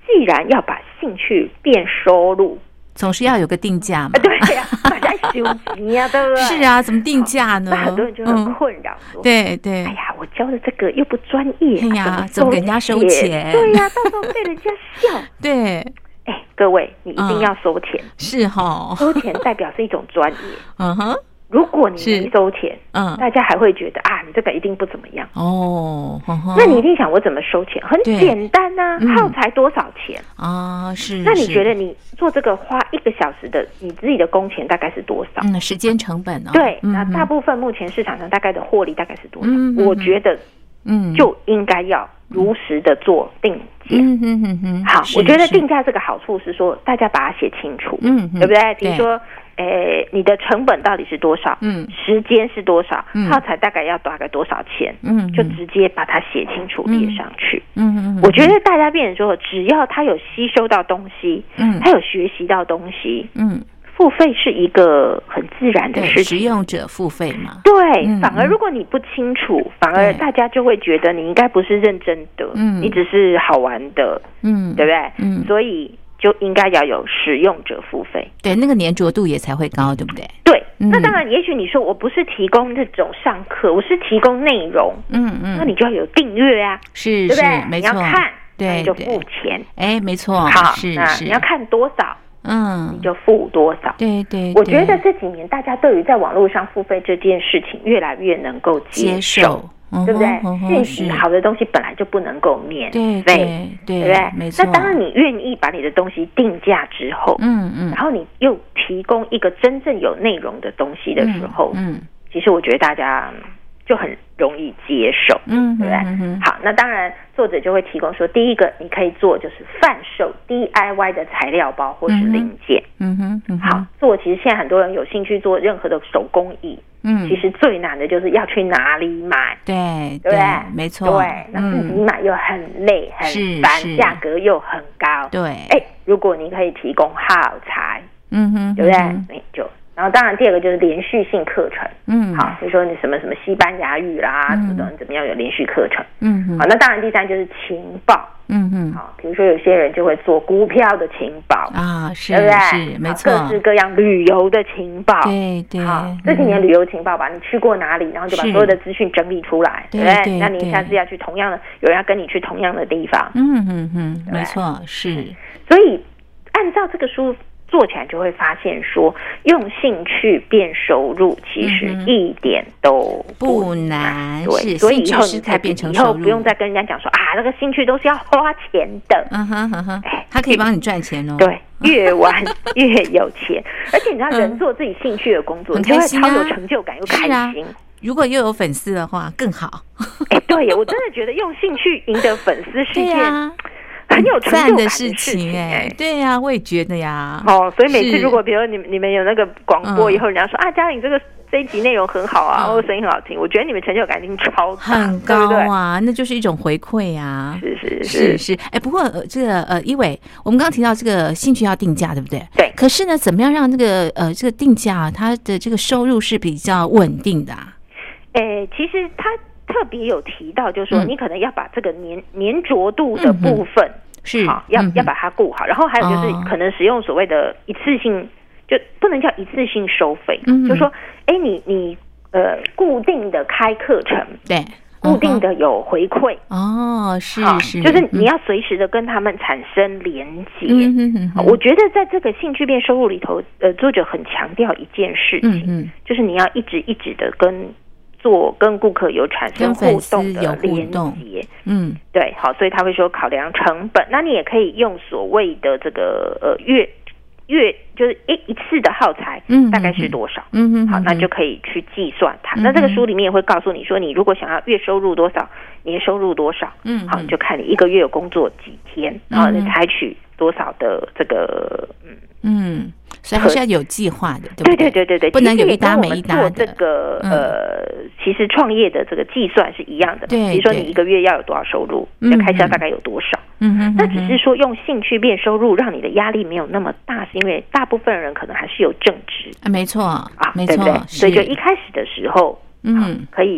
[SPEAKER 7] 既然要把兴趣变收入，
[SPEAKER 1] 总是要有个定价嘛。
[SPEAKER 7] 对呀、啊，大家休息呀，对不对？
[SPEAKER 1] 是啊，怎么定价呢？
[SPEAKER 7] 那很多人就很困扰说、
[SPEAKER 1] 嗯，对对，
[SPEAKER 7] 哎呀，我教的这个又不专业，
[SPEAKER 1] 哎呀，
[SPEAKER 7] 怎么
[SPEAKER 1] 给人家收钱？
[SPEAKER 7] 对呀、啊，到时候被人家笑。
[SPEAKER 1] 对，
[SPEAKER 7] 哎，各位，你一定要收钱，
[SPEAKER 1] 嗯、是哈、哦，
[SPEAKER 7] 收钱代表是一种专业。
[SPEAKER 1] 嗯哼。
[SPEAKER 7] 如果你没收钱，嗯，大家还会觉得啊，你这个一定不怎么样
[SPEAKER 1] 哦。呵呵，
[SPEAKER 7] 那你一定想我怎么收钱？很简单啊，嗯、耗材多少钱
[SPEAKER 1] 啊？是。
[SPEAKER 7] 那你觉得你做这个花一个小时的你自己的工钱大概是多少？
[SPEAKER 1] 嗯，时间成本哦。
[SPEAKER 7] 对，
[SPEAKER 1] 嗯、
[SPEAKER 7] 那大部分目前市场上大概的获利大概是多少？嗯、我觉得，嗯，就应该要如实的做定价。
[SPEAKER 1] 嗯哼哼哼。
[SPEAKER 7] 好，我觉得定价这个好处是说，大家把它写清楚，嗯，对不对？比如说。诶，你的成本到底是多少？嗯，时间是多少？嗯，耗材大概要大概多少钱？嗯，就直接把它写清楚列上去。嗯嗯，我觉得大家变成说，只要他有吸收到东西，嗯，他有学习到东西，嗯，付费是一个很自然的事情。
[SPEAKER 1] 使用者付费嘛。
[SPEAKER 7] 对，嗯、反而如果你不清楚，反而大家就会觉得你应该不是认真的，嗯，你只是好玩的，嗯，对不对？嗯，所以。就应该要有使用者付费，
[SPEAKER 1] 对，那个粘着度也才会高，对不对？
[SPEAKER 7] 对，嗯、那当然，也许你说我不是提供那种上课，我是提供内容，嗯嗯，那你就要有订阅啊，
[SPEAKER 1] 是，
[SPEAKER 7] 对不对？
[SPEAKER 1] 没错，
[SPEAKER 7] 你要看，
[SPEAKER 1] 对，
[SPEAKER 7] 你就付钱，
[SPEAKER 1] 哎，没错，
[SPEAKER 7] 好，
[SPEAKER 1] 是
[SPEAKER 7] 那你要看多少，
[SPEAKER 1] 嗯，
[SPEAKER 7] 你就付多少，
[SPEAKER 1] 对对。
[SPEAKER 7] 我觉得这几年大家对于在网络上付费这件事情越来越能够接受。对不对？讯息好的东西本来就不能够免费，
[SPEAKER 1] 对对不对？没错。
[SPEAKER 7] 那当然，你愿意把你的东西定价之后，嗯嗯，然后你又提供一个真正有内容的东西的时候，嗯，嗯其实我觉得大家就很容易接受，嗯，对不对？嗯、好，那当然，作者就会提供说，第一个你可以做就是贩售 D I Y 的材料包或是零件，嗯哼，嗯哼好，做其实现在很多人有兴趣做任何的手工艺。嗯，其实最难的就是要去哪里买，
[SPEAKER 1] 对
[SPEAKER 7] 对不对？
[SPEAKER 1] 没错，
[SPEAKER 7] 对，那自己买又很累、很烦，价格又很高，
[SPEAKER 1] 对。
[SPEAKER 7] 哎，如果你可以提供耗材，
[SPEAKER 1] 嗯哼，
[SPEAKER 7] 对不对？你就，然后当然第二个就是连续性课程，嗯，好，比如说你什么什么西班牙语啦，什么的，你怎么样有连续课程，嗯哼，好，那当然第三就是情报。嗯嗯，好，比如说有些人就会做股票的情报
[SPEAKER 1] 啊，是，
[SPEAKER 7] 对不对？
[SPEAKER 1] 是，没错，
[SPEAKER 7] 各式各样旅游的情报，
[SPEAKER 1] 对对。
[SPEAKER 7] 好，这几年旅游情报吧，你去过哪里，然后就把所有的资讯整理出来，对不对？那你下次要去同样的，有人要跟你去同样的地方，
[SPEAKER 1] 嗯嗯嗯，没错，是。
[SPEAKER 7] 所以按照这个书做起来，就会发现说，用兴趣变收入，其实一点都
[SPEAKER 1] 不难。
[SPEAKER 7] 对，所以以后你才变成以后不用再跟人家讲说啊，那个兴趣都是要花钱的。
[SPEAKER 1] 嗯哼哼哼，哎，他可以帮你赚钱哦。
[SPEAKER 7] 对，越玩越有钱，而且你知道，人做自己兴趣的工作，
[SPEAKER 1] 很开心
[SPEAKER 7] 啊，超有成就感又开心。
[SPEAKER 1] 如果又有粉丝的话，更好。
[SPEAKER 7] 哎，对，我真的觉得用兴趣赢得粉丝是一件很有成就感
[SPEAKER 1] 的事情哎、欸，对呀、啊，我也觉得呀。
[SPEAKER 7] 哦，所以每次如果比如你们你们有那个广播以后，人家说、嗯、啊，嘉玲这个这一集内容很好啊，嗯、或者声音很好听，我觉得你们成就感一定超大，
[SPEAKER 1] 很高啊，那就是一种回馈啊。
[SPEAKER 7] 是是
[SPEAKER 1] 是是，哎、欸，不过、呃、这个呃，一伟，我们刚刚提到这个兴趣要定价，对不对？
[SPEAKER 7] 对。
[SPEAKER 1] 可是呢，怎么样让这个呃这个定价它的这个收入是比较稳定的啊？
[SPEAKER 7] 哎、欸，其实他特别有提到，就是说、嗯、你可能要把这个粘粘着度的部分。嗯
[SPEAKER 1] 是
[SPEAKER 7] 好，要、嗯、要把它顾好，然后还有就是可能使用所谓的一次性，哦、就不能叫一次性收费，嗯、就是说，哎，你你呃固定的开课程，
[SPEAKER 1] 对，
[SPEAKER 7] 固定的有回馈，
[SPEAKER 1] 哦，是是，
[SPEAKER 7] 就是你要随时的跟他们产生连接。嗯嗯嗯、我觉得在这个兴趣变收入里头，呃，作者很强调一件事情，嗯嗯、就是你要一直一直的跟。做跟顾客有产生互动的连接，
[SPEAKER 1] 嗯，
[SPEAKER 7] 对，好，所以他会说考量成本，那你也可以用所谓的这个呃月月就是一一次的耗材，嗯，大概是多少，嗯哼，好，那就可以去计算它。嗯、那这个书里面也会告诉你说，你如果想要月收入多少，年收入多少，嗯，好，你就看你一个月有工作几天，然后你采取多少的这个，嗯
[SPEAKER 1] 嗯。所以还是要有计划的，对不对？
[SPEAKER 7] 对对对对对，
[SPEAKER 1] 不能有一搭没一搭的。
[SPEAKER 7] 做这个、嗯、呃，其实创业的这个计算是一样的。
[SPEAKER 1] 对，
[SPEAKER 7] 比如说你一个月要有多少收入，你的开销大概有多少？嗯哼，那只是说用兴趣变收入，让你的压力没有那么大，是因为大部分人可能还是有正职
[SPEAKER 1] 啊，没错啊，没错，
[SPEAKER 7] 对不对？所以就一开始的时候，嗯，可以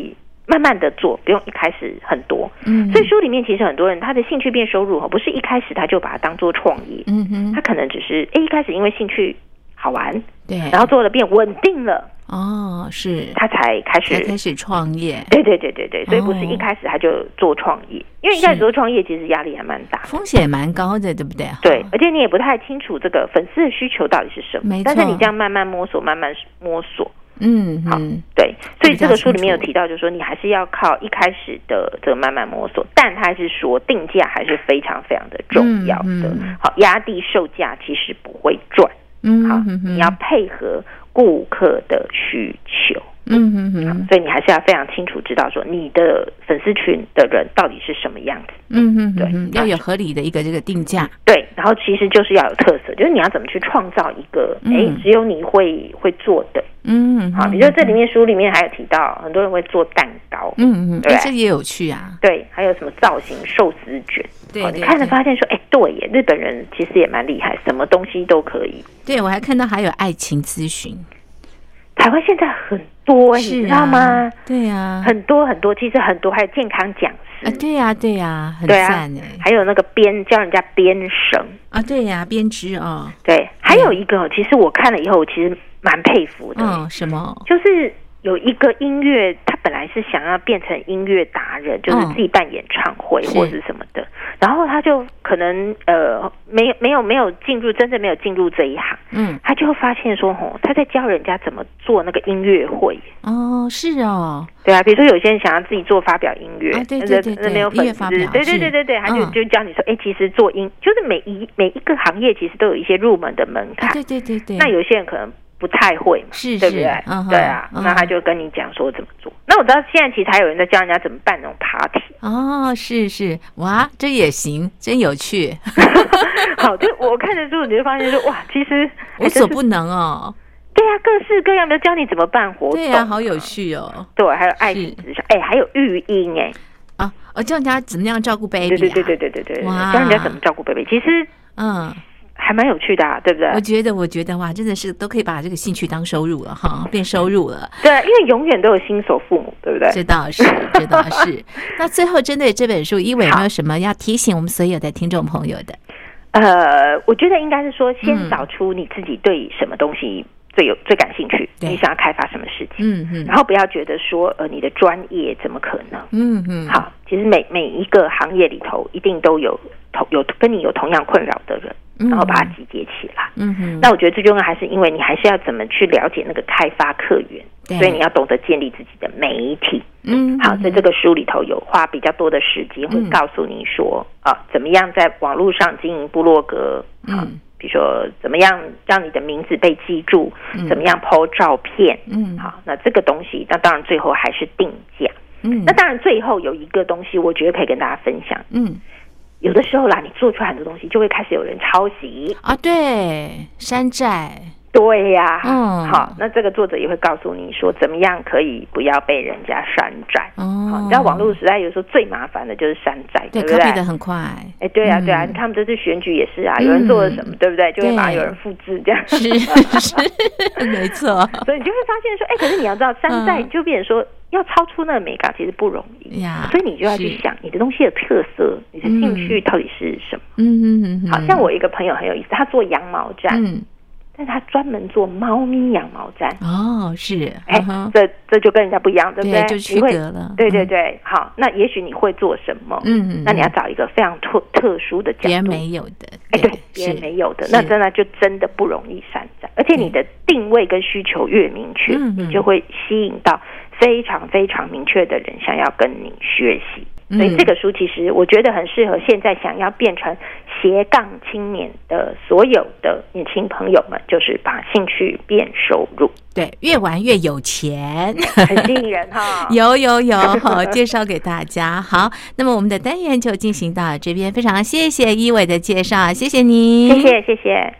[SPEAKER 7] 慢慢的做，不用一开始很多。嗯，所以书里面其实很多人他的兴趣变收入，不是一开始他就把它当做创业，嗯哼，他可能只是哎一开始因为兴趣好玩，对，然后做了变稳定了。
[SPEAKER 1] 哦，是
[SPEAKER 7] 他才开始
[SPEAKER 1] 才开始创业，
[SPEAKER 7] 对对对对对，所以不是一开始他就做创业，哦、因为一开始做创业其实压力还蛮大，
[SPEAKER 1] 风险也蛮高的，对不对？
[SPEAKER 7] 对，而且你也不太清楚这个粉丝的需求到底是什么，但是你这样慢慢摸索，慢慢摸索，嗯，好，对，所以这个书里面有提到，就是说你还是要靠一开始的这个慢慢摸索，但他是说定价还是非常非常的重要的，嗯嗯、好，压低售价其实不会赚，嗯，好，你要配合顾客的需求，嗯哼哼，所以你还是要非常清楚知道说你的粉丝群的人到底是什么样子，嗯哼哼，
[SPEAKER 1] 对，要有合理的一个这个定价，
[SPEAKER 7] 对，然后其实就是要有特色，就是你要怎么去创造一个，哎、嗯，只有你会会做的，嗯，好，比如说这里面书里面还有提到，很多人会做蛋糕，嗯嗯，
[SPEAKER 1] 对，这也有趣啊，
[SPEAKER 7] 对，还有什么造型寿司卷，对，哦、你看了发现说，哎，对耶，日本人其实也蛮厉害，什么东西都可以，
[SPEAKER 1] 对，我还看到还有爱情咨询。
[SPEAKER 7] 台湾现在很多、欸啊、你知道吗？
[SPEAKER 1] 对啊，
[SPEAKER 7] 很多很多，其实很多，还有健康讲师
[SPEAKER 1] 啊，对呀、啊、对呀、啊，很赞哎、
[SPEAKER 7] 啊。还有那个编教人家编绳
[SPEAKER 1] 啊，对呀、啊，编织哦。
[SPEAKER 7] 对，还有一个，其实我看了以后，我其实蛮佩服的。
[SPEAKER 1] 嗯，什么？
[SPEAKER 7] 就是有一个音乐，他本来是想要变成音乐达人，就是自己办演唱会或是什么的，然后他就可能呃没有没有没有进入真正没有进入这一行，嗯，他就发现说吼，他在教人家怎么做那个音乐会。
[SPEAKER 1] 哦，是哦，
[SPEAKER 7] 对啊，比如说有些人想要自己做发表音乐，
[SPEAKER 1] 啊、对对对对，
[SPEAKER 7] 没有粉丝，对对对对对，他就、嗯、就教你说，哎，其实做音就是每一每一个行业其实都有一些入门的门槛，
[SPEAKER 1] 啊、对对对对，
[SPEAKER 7] 那有些人可能不太会嘛，
[SPEAKER 1] 是是，
[SPEAKER 7] 对不对？
[SPEAKER 1] 嗯、
[SPEAKER 7] 对啊、嗯，那他就跟你讲说怎么做。那我知道现在其实还有人在教人家怎么办那种 party。
[SPEAKER 1] 哦，是是，哇，这也行，真有趣。
[SPEAKER 7] 好，就我看着书，你就发现说，哇，其实
[SPEAKER 1] 无所不能哦。
[SPEAKER 7] 对啊，各式各样的教你怎么办活动。
[SPEAKER 1] 对啊，好有趣哦。
[SPEAKER 7] 对，还有爱情直销，哎，还有育婴哎。
[SPEAKER 1] 啊，我教人家怎么样照顾 baby、啊。
[SPEAKER 7] 对对对对对对对，教人家怎么照顾 baby， 其实嗯。还蛮有趣的、啊，对不对？
[SPEAKER 1] 我觉得，我觉得哇，真的是都可以把这个兴趣当收入了哈，变收入了。
[SPEAKER 7] 对，因为永远都有新手父母，对不对？
[SPEAKER 1] 这倒是，这倒是。那最后针对这本书，一伟有没有什么要提醒我们所有的听众朋友的？
[SPEAKER 7] 呃，我觉得应该是说，先找出你自己对什么东西最有、嗯、最感兴趣，你想要开发什么事情，嗯嗯，然后不要觉得说，呃，你的专业怎么可能？嗯嗯，好，其实每每一个行业里头一定都有同有跟你有同样困扰的人。然后把它集结起来。嗯哼，那我觉得最重要还是因为你还是要怎么去了解那个开发客源，所以你要懂得建立自己的媒体。嗯，好，在这个书里头有花比较多的时间，会告诉你说、嗯、啊，怎么样在网络上经营部落格，嗯，比如说怎么样让你的名字被记住，嗯、怎么样 po 照片，嗯，好，那这个东西，那当然最后还是定价。嗯，那当然最后有一个东西，我觉得可以跟大家分享。嗯。有的时候啦，你做出来很多东西，就会开始有人抄袭
[SPEAKER 1] 啊，对，山寨，
[SPEAKER 7] 对呀、啊，嗯，好，那这个作者也会告诉你说，怎么样可以不要被人家山寨。哦，好，你知道网络时代有时候最麻烦的就是山寨，对不对？
[SPEAKER 1] copy 得很快，
[SPEAKER 7] 哎，对啊，对啊，嗯、他们这次选举也是啊，有人做了什么，嗯、对不对？就会马上有人复制这样，
[SPEAKER 1] 是是，没错。
[SPEAKER 7] 所以你就会发现说，哎，可是你要知道，山寨就变成说。嗯要超出那个美感其实不容易呀，所以你就要去想你的东西的特色，你的兴趣到底是什么？嗯嗯嗯。好像我一个朋友很有意思，他做羊毛毡，嗯，但是他专门做猫咪羊毛毡。哦，是，哎、嗯，这这就跟人家不一样，对不对？
[SPEAKER 1] 对，就区隔了。
[SPEAKER 7] 对对对，嗯、好，那也许你会做什么？嗯，那你要找一个非常特特殊的角度，
[SPEAKER 1] 别人没有的，
[SPEAKER 7] 哎，对，别人没有的，那真的就真的不容易山寨，而且你的定位跟需求越明确，你就会吸引到。非常非常明确的人想要跟你学习，所以这个书其实我觉得很适合现在想要变成斜杠青年的所有的年轻朋友们，就是把兴趣变收入。
[SPEAKER 1] 对，越玩越有钱，
[SPEAKER 7] 很吸引人哈。
[SPEAKER 1] 有有有，好，介绍给大家。好，那么我们的单元就进行到这边，非常谢谢一伟的介绍，谢谢你，
[SPEAKER 7] 谢谢谢谢。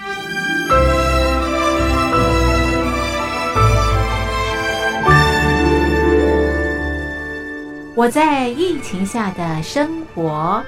[SPEAKER 1] 我在疫情下的生活。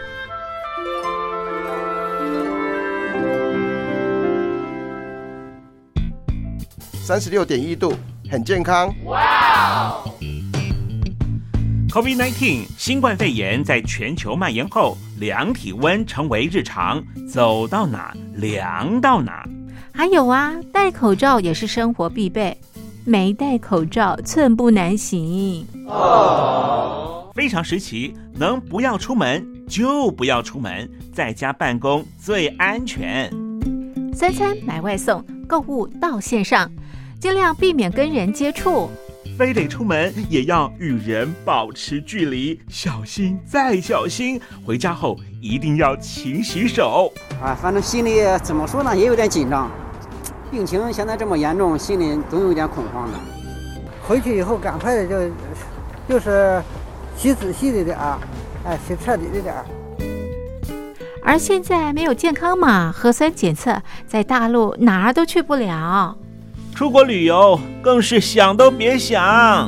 [SPEAKER 2] 三十六点一度，很健康。哇！
[SPEAKER 3] COVID 十九 新冠肺炎在全球蔓延后，量体温成为日常，走到哪量到哪。
[SPEAKER 1] 还有啊，戴口罩也是生活必备，没戴口罩寸步难行。
[SPEAKER 3] 哦，非常时期，能不要出门就不要出门，在家办公最安全。
[SPEAKER 1] 三餐买外送，购物到线上，尽量避免跟人接触。
[SPEAKER 3] 非得出门也要与人保持距离，小心再小心。回家后一定要勤洗手。
[SPEAKER 4] 啊，反正心里怎么说呢，也有点紧张。病情现在这么严重，心里都有点恐慌的。
[SPEAKER 5] 回去以后赶快的就就是洗仔细的点儿，哎，洗彻底的点儿。
[SPEAKER 1] 而现在没有健康码、核酸检测，在大陆哪儿都去不了。
[SPEAKER 3] 出国旅游更是想都别想。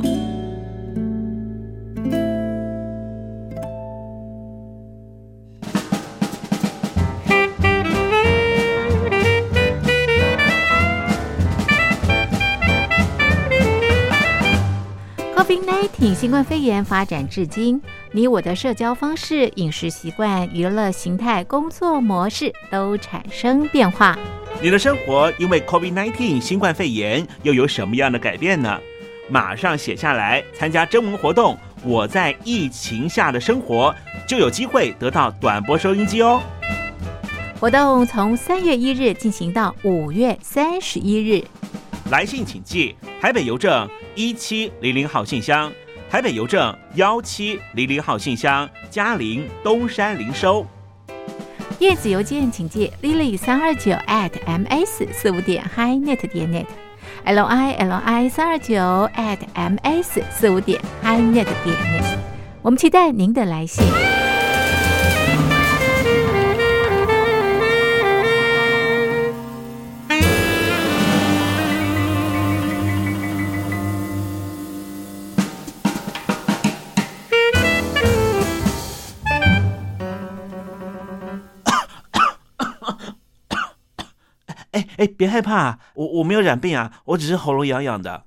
[SPEAKER 1] COVID 十九 新冠肺炎发展至今，你我的社交方式、饮食习惯、娱乐形态、工作模式都产生变化。
[SPEAKER 3] 你的生活因为 COVID 十九 新冠肺炎又有什么样的改变呢？马上写下来，参加征文活动，我在疫情下的生活，就有机会得到短波收音机哦。
[SPEAKER 1] 活动从三月一日进行到五月三十一日。
[SPEAKER 3] 来信请寄台北邮政一七零零号信箱，台北邮政一七零零号信箱，嘉陵东山零收。
[SPEAKER 1] 电子邮件请寄 lily 三二九 at ms 四五点 highnet 点 net l i l i 三二九 at ms 四五点 highnet 点 net。我们期待您的来信。
[SPEAKER 3] 哎哎，别害怕，我我没有染病啊，我只是喉咙痒痒的。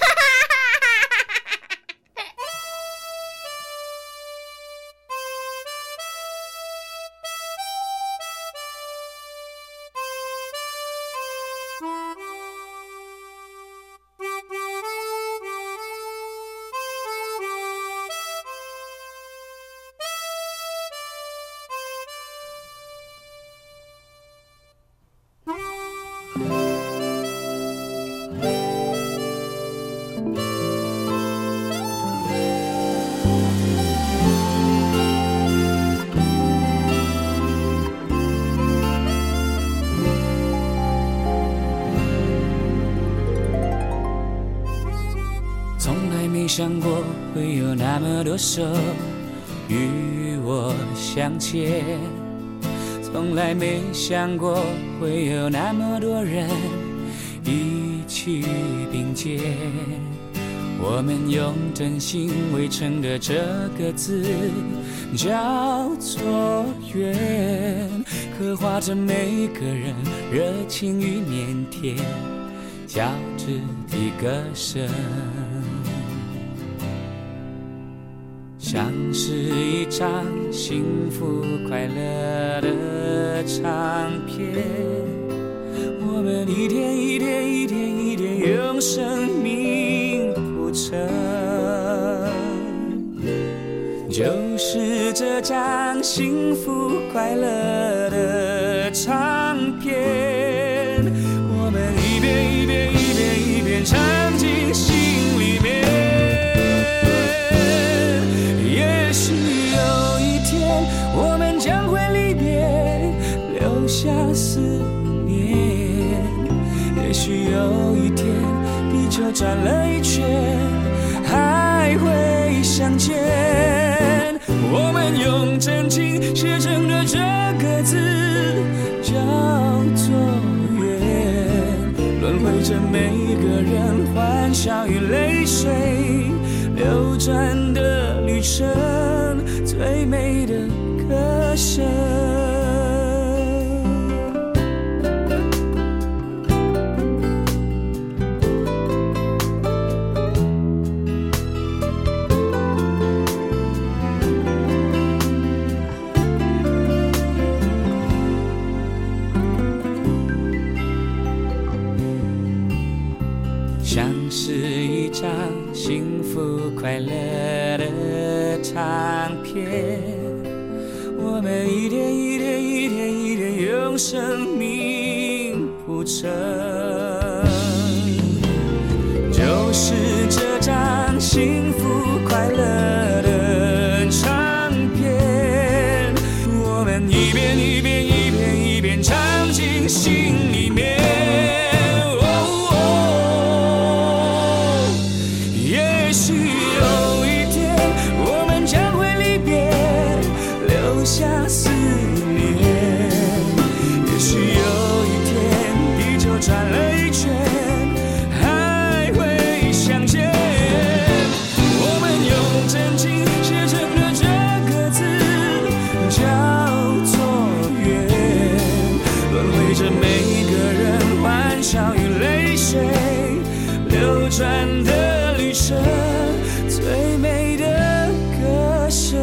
[SPEAKER 9] 没想过会有那么多手与我相牵，从来没想过会有那么多人一起并肩。我们用真心围成的这个字叫做缘，刻画着每个人热情与腼腆，交织的歌声，像是一张幸福快乐的唱片，我们一天一天一天一天用生命谱成，就是这张幸福快乐的唱片，我们一遍一遍一遍一遍唱进心里面。也许有一天我们将会离别，留下思念，也许有一天地球转了一圈还会相见，我们用真情写成的这个字叫做缘，轮回着每个人欢笑与泪水，流转的旅程，最美的歌声。 幸福快乐的唱片，我们一天一天一天一天用生命谱成，就是这张幸福快乐的唱片，我们一遍一遍一遍一遍唱进心里面。也许有一天我们将会离别，留下思念。也许有一天地球转了一圈，还会相见。我们用真情写成了这个字，叫做缘，轮回着每个人欢笑与泪水，流转的旅程，最美的歌声。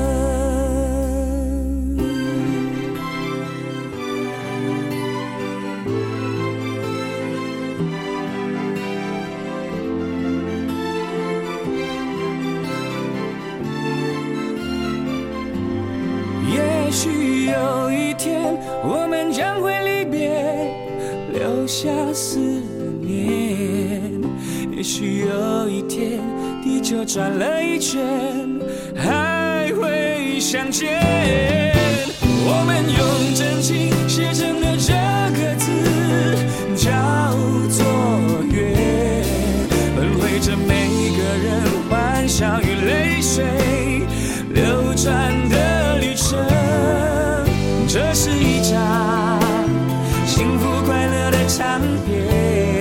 [SPEAKER 9] 也许有一天我们将会离别，留下思念。也许有一天地球转了一圈，还会相见。我们用真情写成了这个字，叫做缘，轮回着每个人欢笑与泪水，流转的旅程。这是一张幸福快乐的唱片，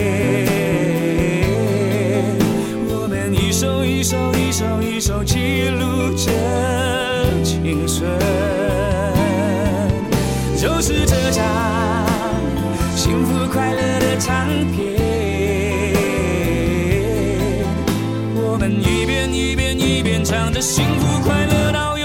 [SPEAKER 9] 我们一首一首一首一首记录着青春，就是这张幸福快乐的唱片，我们一遍一遍一遍唱着幸福快乐到